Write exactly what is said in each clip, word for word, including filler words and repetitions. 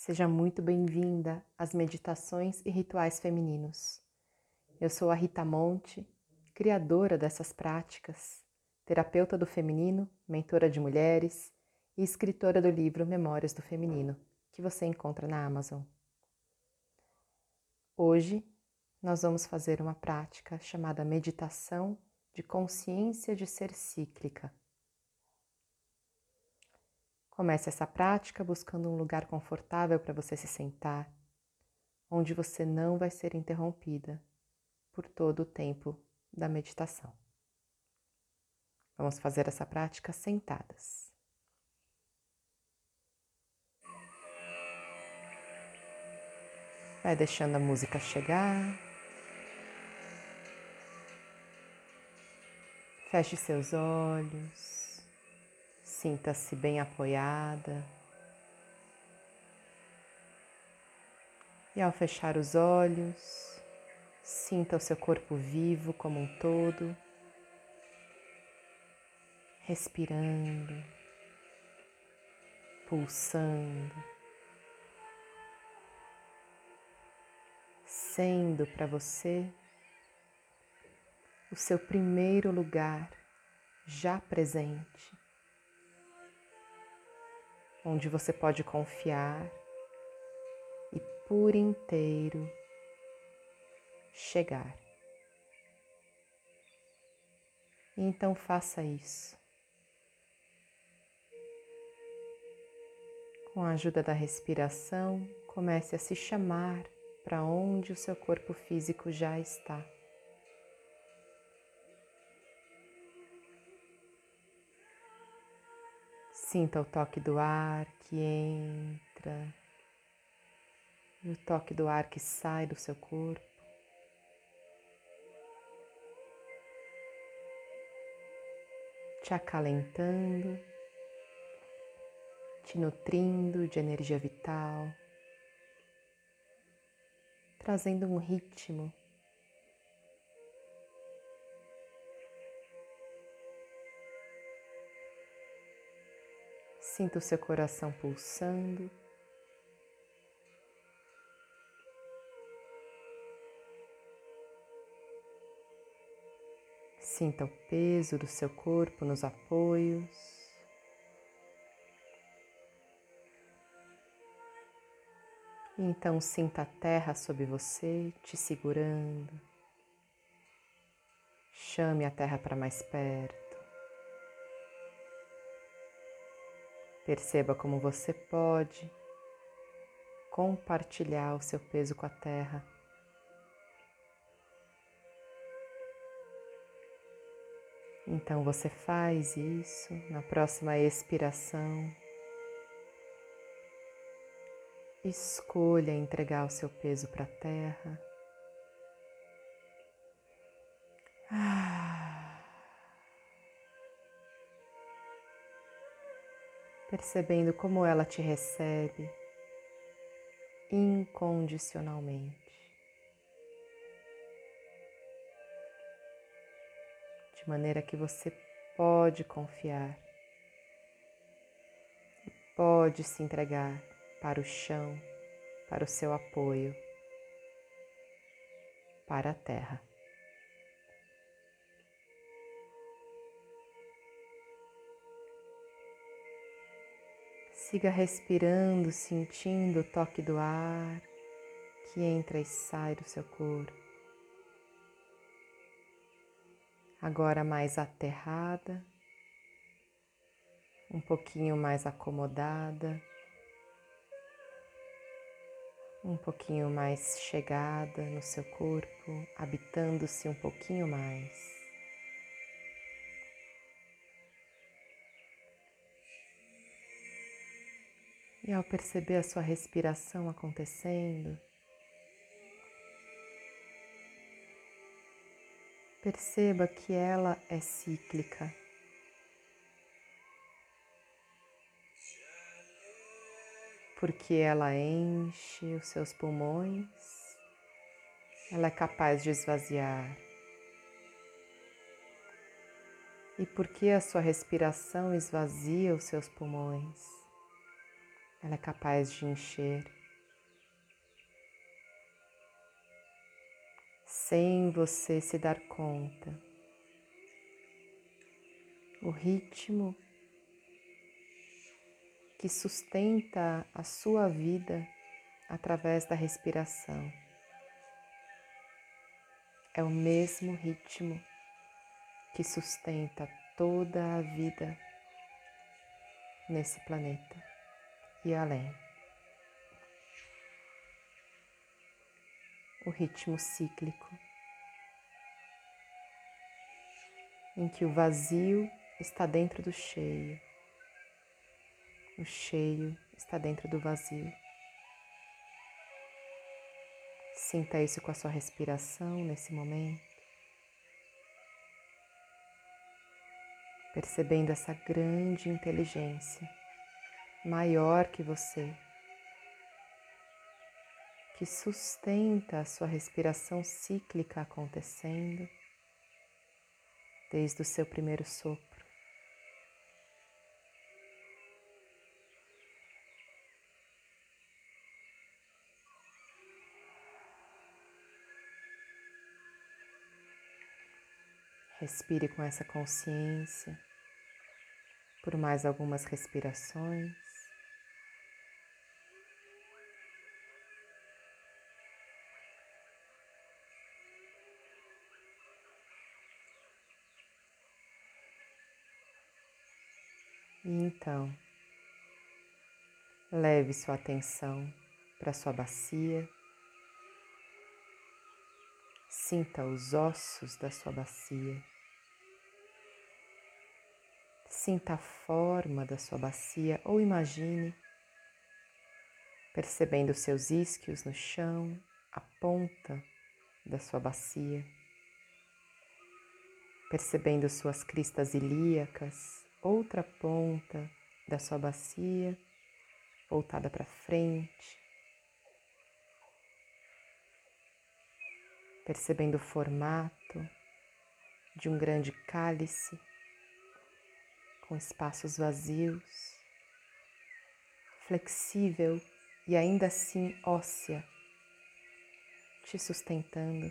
Seja muito bem-vinda às meditações e rituais femininos. Eu sou a Rita Monte, criadora dessas práticas, terapeuta do feminino, mentora de mulheres e escritora do livro Memórias do Feminino, que você encontra na Amazon. Hoje, nós vamos fazer uma prática chamada meditação de consciência de ser cíclica. Comece essa prática buscando um lugar confortável para você se sentar, onde você não vai ser interrompida por todo o tempo da meditação. Vamos fazer essa prática sentadas. Vai deixando a música chegar. Feche seus olhos. Sinta-se bem apoiada. E ao fechar os olhos, sinta o seu corpo vivo como um todo, respirando, pulsando, sendo para você o seu primeiro lugar já presente, onde você pode confiar e por inteiro chegar. E então faça isso. Com a ajuda da respiração, comece a se chamar para onde o seu corpo físico já está. Sinta o toque do ar que entra e o toque do ar que sai do seu corpo. Te acalentando, te nutrindo de energia vital, trazendo um ritmo. Sinta o seu coração pulsando. Sinta o peso do seu corpo nos apoios. E então sinta a terra sob você, te segurando. Chame a terra para mais perto. Perceba como você pode compartilhar o seu peso com a terra. Então você faz isso na próxima expiração. Escolha entregar o seu peso para a terra. Ah. Percebendo como ela te recebe incondicionalmente. De maneira que você pode confiar, pode se entregar para o chão, para o seu apoio, para a terra. Siga respirando, sentindo o toque do ar que entra e sai do seu corpo. Agora mais aterrada, um pouquinho mais acomodada, um pouquinho mais chegada no seu corpo, habitando-se um pouquinho mais. E ao perceber a sua respiração acontecendo, perceba que ela é cíclica. Porque ela enche os seus pulmões, ela é capaz de esvaziar. E porque a sua respiração esvazia os seus pulmões, ela é capaz de encher. sem você se dar conta. O ritmo que sustenta a sua vida através da respiração é o mesmo ritmo que sustenta toda a vida nesse planeta e além. O ritmo cíclico, em que o vazio está dentro do cheio, o cheio está dentro do vazio. Sinta isso com a sua respiração nesse momento, percebendo essa grande inteligência maior que você, que sustenta a sua respiração cíclica acontecendo desde o seu primeiro sopro. Respire com essa consciência por mais algumas respirações. E então, leve sua atenção para sua bacia. Sinta os ossos da sua bacia. Sinta a forma da sua bacia ou imagine percebendo os seus isquios no chão, a ponta da sua bacia, percebendo suas cristas ilíacas, outra ponta da sua bacia voltada para frente, percebendo o formato de um grande cálice com espaços vazios, flexível e ainda assim óssea, te sustentando,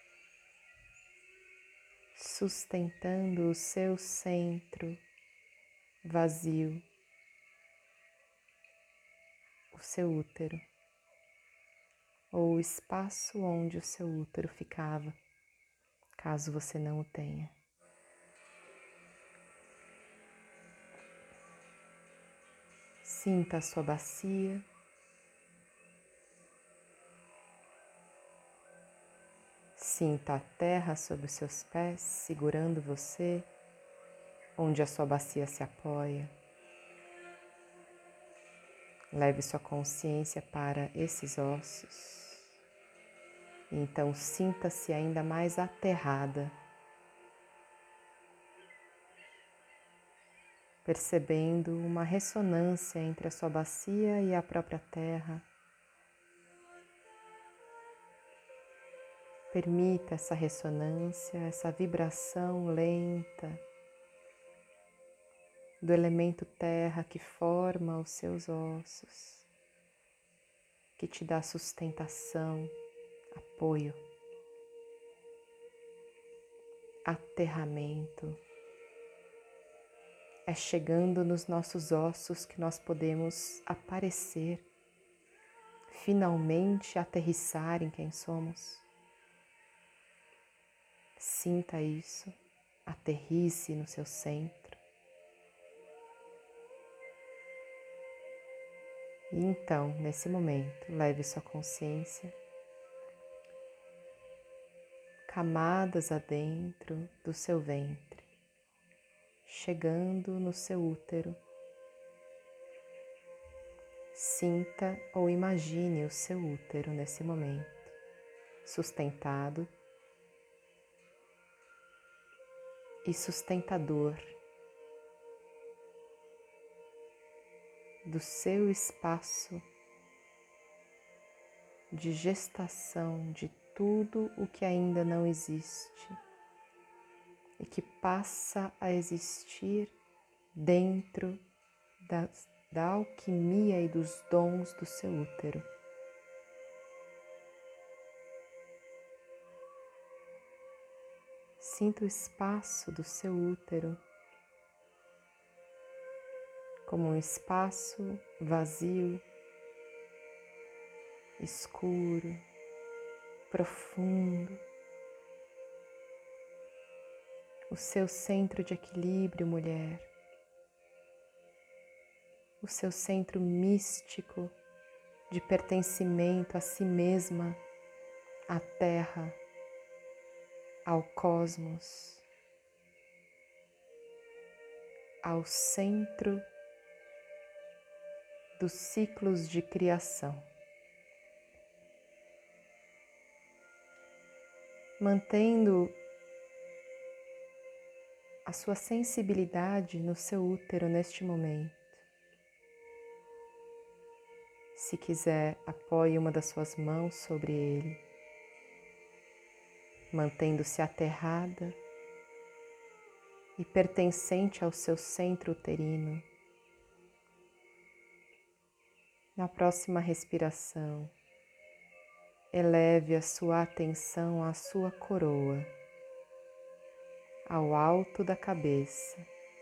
sustentando o seu centro vazio, o seu útero, ou o espaço onde o seu útero ficava, caso você não o tenha. Sinta a sua bacia. Sinta a terra sob os seus pés, segurando você, onde a sua bacia se apoia. Leve sua consciência para esses ossos. E então sinta-se ainda mais aterrada, percebendo uma ressonância entre a sua bacia e a própria terra. Permita essa ressonância, essa vibração lenta do elemento terra que forma os seus ossos, que te dá sustentação, apoio, aterramento. É chegando nos nossos ossos que nós podemos aparecer, finalmente aterrissar em quem somos. Sinta isso, aterrisse no seu centro. E então, nesse momento, leve sua consciência camadas adentro do seu ventre, chegando no seu útero. Sinta ou imagine o seu útero nesse momento, sustentado e sustentador do seu espaço de gestação de tudo o que ainda não existe e que passa a existir dentro da, da alquimia e dos dons do seu útero. sinta o espaço do seu útero como um espaço vazio, escuro, profundo. O seu centro de equilíbrio, mulher. O seu centro místico de pertencimento a si mesma, à Terra, ao cosmos, ao centro dos ciclos de criação. Mantendo a sua sensibilidade no seu útero neste momento. Se quiser, apoie uma das suas mãos sobre ele, mantendo-se aterrada e pertencente ao seu centro uterino. Na próxima respiração, eleve a sua atenção à sua coroa, ao alto da cabeça.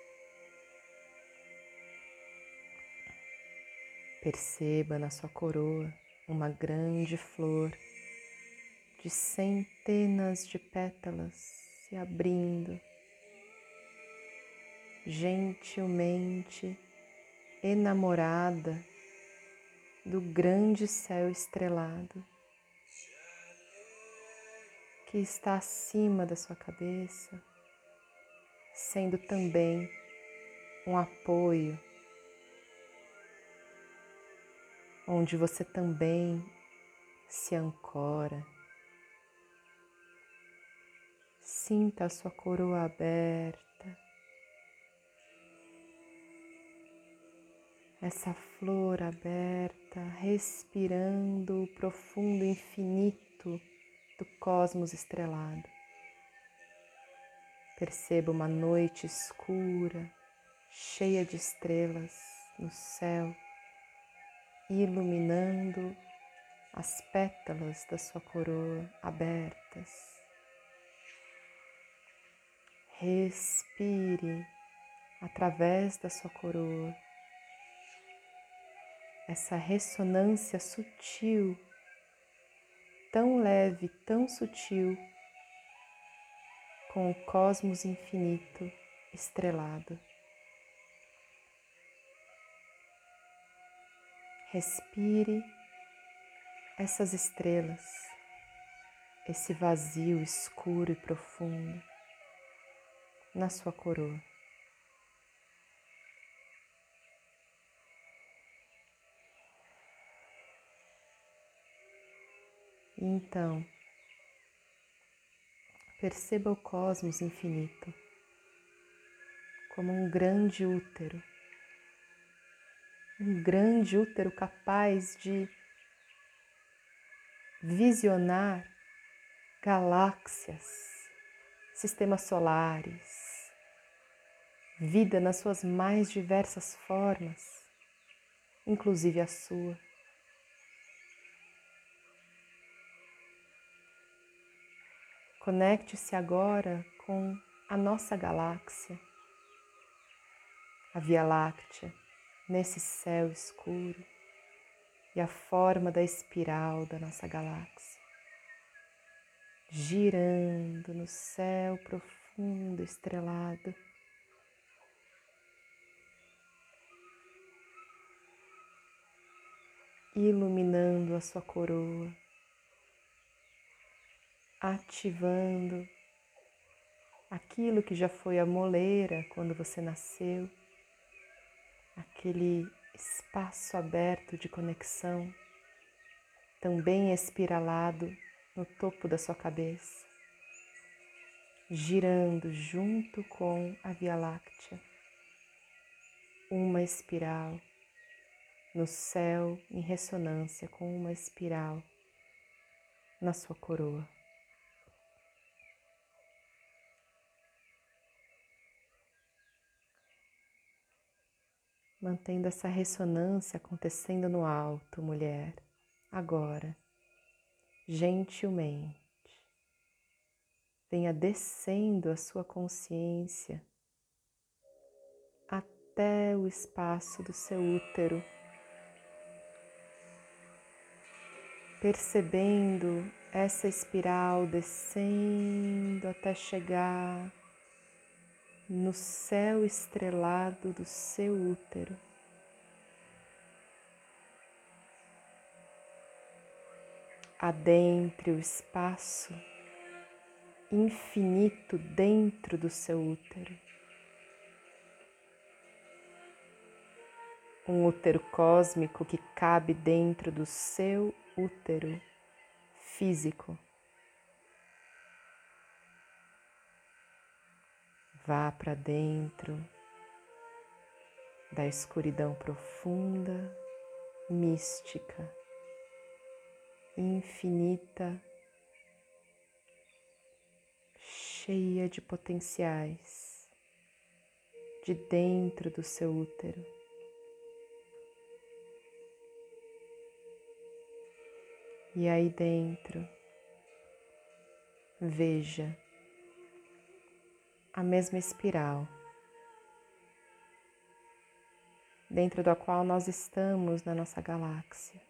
Perceba na sua coroa uma grande flor de centenas de pétalas se abrindo, gentilmente enamorada do grande céu estrelado que está acima da sua cabeça, sendo também um apoio, onde você também se ancora. Sinta a sua coroa aberta, essa flor aberta, respirando o profundo infinito do cosmos estrelado. Perceba uma noite escura, cheia de estrelas no céu, iluminando as pétalas da sua coroa abertas. Respire através da sua coroa essa ressonância sutil, tão leve, tão sutil, com o cosmos infinito estrelado. Respire essas estrelas, esse vazio escuro e profundo na sua coroa. E então, perceba o cosmos infinito como um grande útero, um grande útero capaz de visionar galáxias, sistemas solares, vida nas suas mais diversas formas, inclusive a sua. Conecte-se agora com a nossa galáxia, a Via Láctea, nesse céu escuro e a forma da espiral da nossa galáxia, girando no céu profundo, estrelado. Iluminando a sua coroa, ativando aquilo que já foi a moleira quando você nasceu, aquele espaço aberto de conexão, também espiralado no topo da sua cabeça, girando junto com a Via Láctea, uma espiral no céu em ressonância com uma espiral na sua coroa. Mantendo essa ressonância acontecendo no alto, mulher, agora, gentilmente. venha descendo a sua consciência até o espaço do seu útero, percebendo essa espiral descendo até chegar no céu estrelado do seu útero. Adentre o espaço infinito dentro do seu útero. Um útero cósmico que cabe dentro do seu útero físico. Vá para dentro da escuridão profunda, mística, infinita, cheia de potenciais, de dentro do seu útero. E aí dentro, veja a mesma espiral dentro da qual nós estamos na nossa galáxia,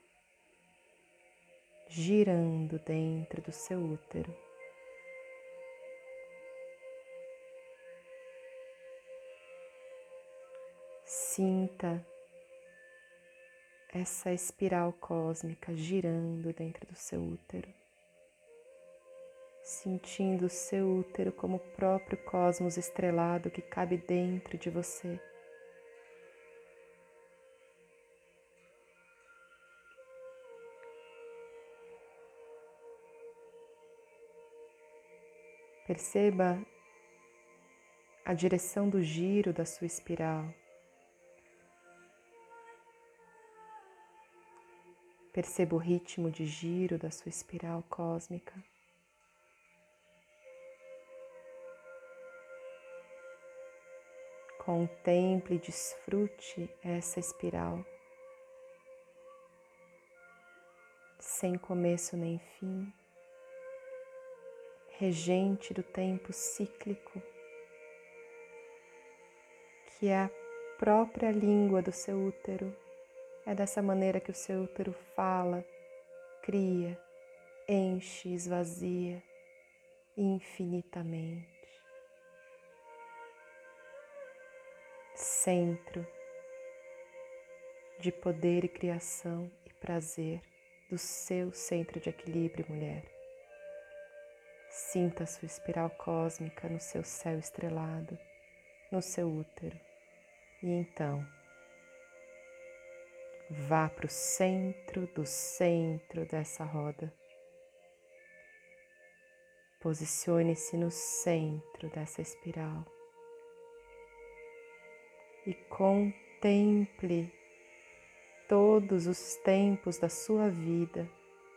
girando dentro do seu útero. Sinta essa espiral cósmica girando dentro do seu útero, sentindo o seu útero como o próprio cosmos estrelado que cabe dentro de você. Perceba a direção do giro da sua espiral. Perceba o ritmo de giro da sua espiral cósmica. Contemple e desfrute essa espiral, sem começo nem fim, regente do tempo cíclico, que é a própria língua do seu útero. É dessa maneira que o seu útero fala, cria, enche, esvazia infinitamente. Centro de poder e criação e prazer do seu centro de equilíbrio, mulher. Sinta a sua espiral cósmica no seu céu estrelado, no seu útero. E então, vá para o centro do centro dessa roda. Posicione-se no centro dessa espiral e contemple todos os tempos da sua vida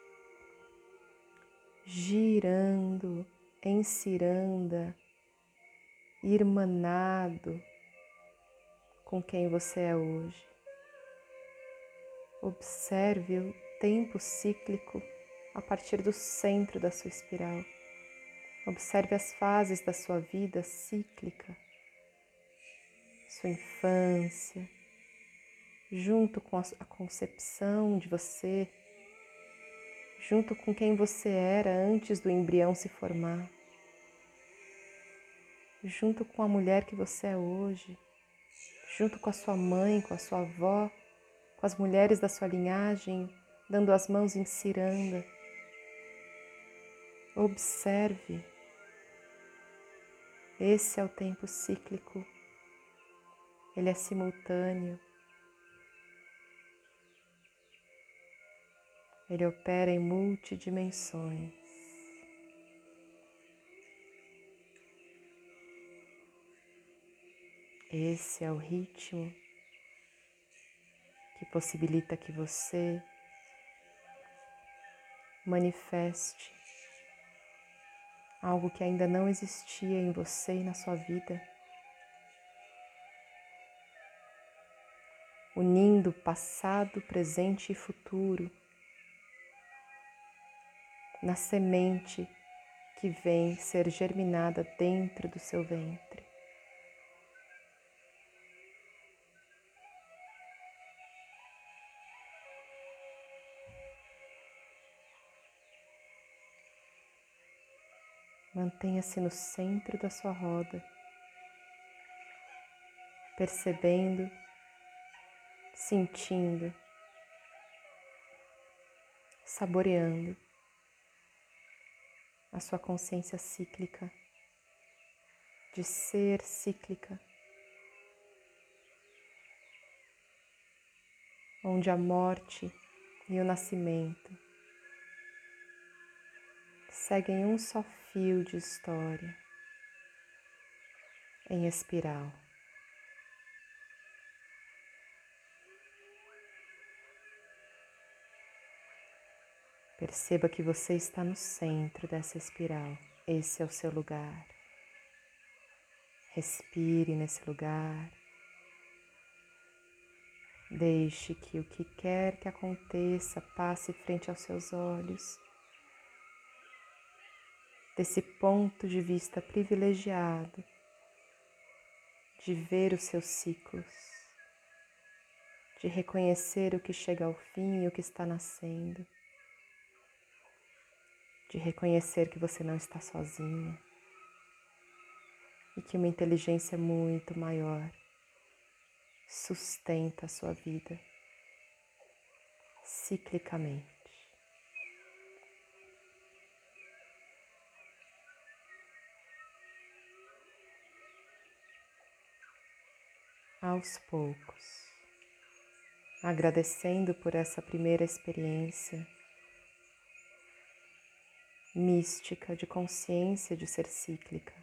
girando em ciranda, irmanado com quem você é hoje. Observe o tempo cíclico a partir do centro da sua espiral. Observe as fases da sua vida cíclica, sua infância, junto com a concepção de você, junto com quem você era antes do embrião se formar, junto com a mulher que você é hoje, junto com a sua mãe, com a sua avó, com as mulheres da sua linhagem, dando as mãos em ciranda. Observe. Esse é o tempo cíclico. Ele é simultâneo. Ele opera em multidimensões. Esse é o ritmo que possibilita que você manifeste algo que ainda não existia em você e na sua vida, unindo passado, presente e futuro na semente que vem ser germinada dentro do seu ventre. Mantenha-se no centro da sua roda, percebendo, sentindo, saboreando a sua consciência cíclica, de ser cíclica, onde a morte e o nascimento seguem um só fio de história, em espiral. Perceba que você está no centro dessa espiral. Esse é o seu lugar. Respire nesse lugar. Deixe que o que quer que aconteça passe frente aos seus olhos. Desse ponto de vista privilegiado de ver os seus ciclos, de reconhecer o que chega ao fim e o que está nascendo, de reconhecer que você não está sozinha e que uma inteligência muito maior sustenta a sua vida ciclicamente. Aos poucos, agradecendo por essa primeira experiência mística de consciência de ser cíclica.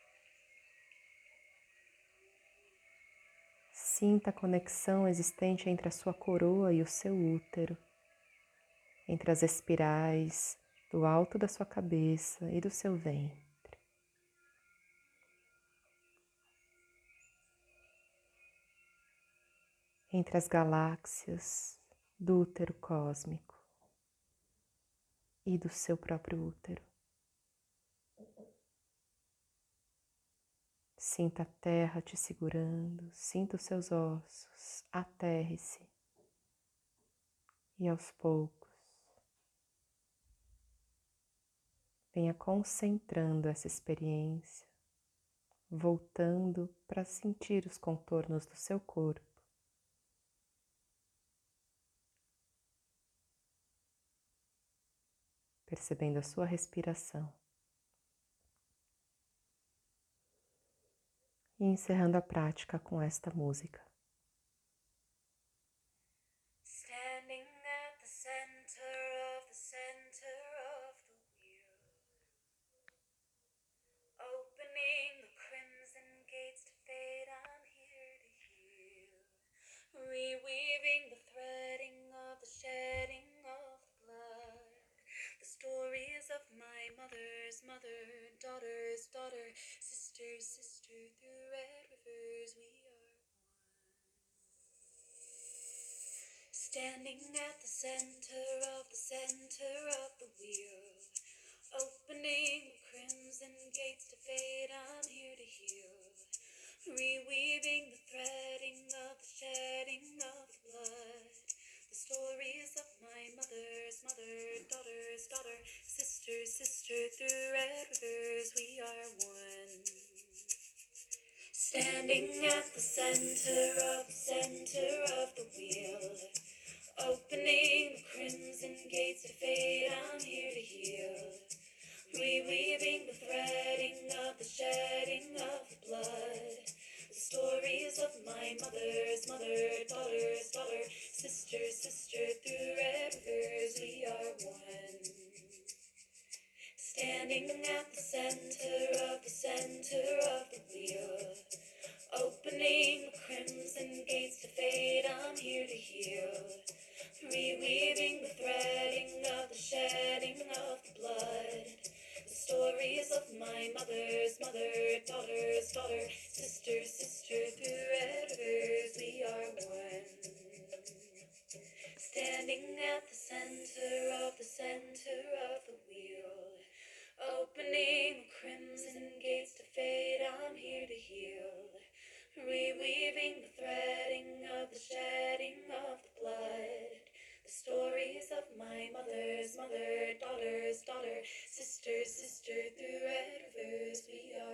Sinta a conexão existente entre a sua coroa e o seu útero, entre as espirais do alto da sua cabeça e do seu ventre. Entre as galáxias do útero cósmico e do seu próprio útero. Sinta a terra te segurando, sinta os seus ossos, aterre-se. E aos poucos, venha concentrando essa experiência, voltando para sentir os contornos do seu corpo. Percebendo a sua respiração. E encerrando a prática com esta música. Standing at the center of the center of the wheel, opening the crimson gates to fade, I'm here to heal, reweaving the threading of the shedding of the blood, the stories of my mother's mother, daughter's daughter, sister's sister, through red rivers we are one. Standing at the center of the center of the wheel, opening the crimson gates to fade, I'm here to heal, reweaving the threading of the shedding of the blood, the stories of my mother's mother, daughter's daughter, sister's sister, through red rivers we are one. Standing at the center of the center of the wheel, opening the crimson gates to fade, I'm here to heal, reweaving the threading of the shedding of the blood, the stories of my mother's mother, daughter's daughter, sister's sister, through red rivers we are one. Standing at the center of the center of the wheel, opening the crimson gates to fade, I'm here to heal, reweaving the threading of the shedding of the blood, the stories of my mother's mother, daughter's daughter, sister's sister, through red rivers we are one. Standing at the center of the center of the wheel, open Opening the crimson gates to fate, I'm here to heal. Reweaving the threading of the shedding of the blood. The stories of my mother's mother, daughter's daughter, sister's sister, through red rivers we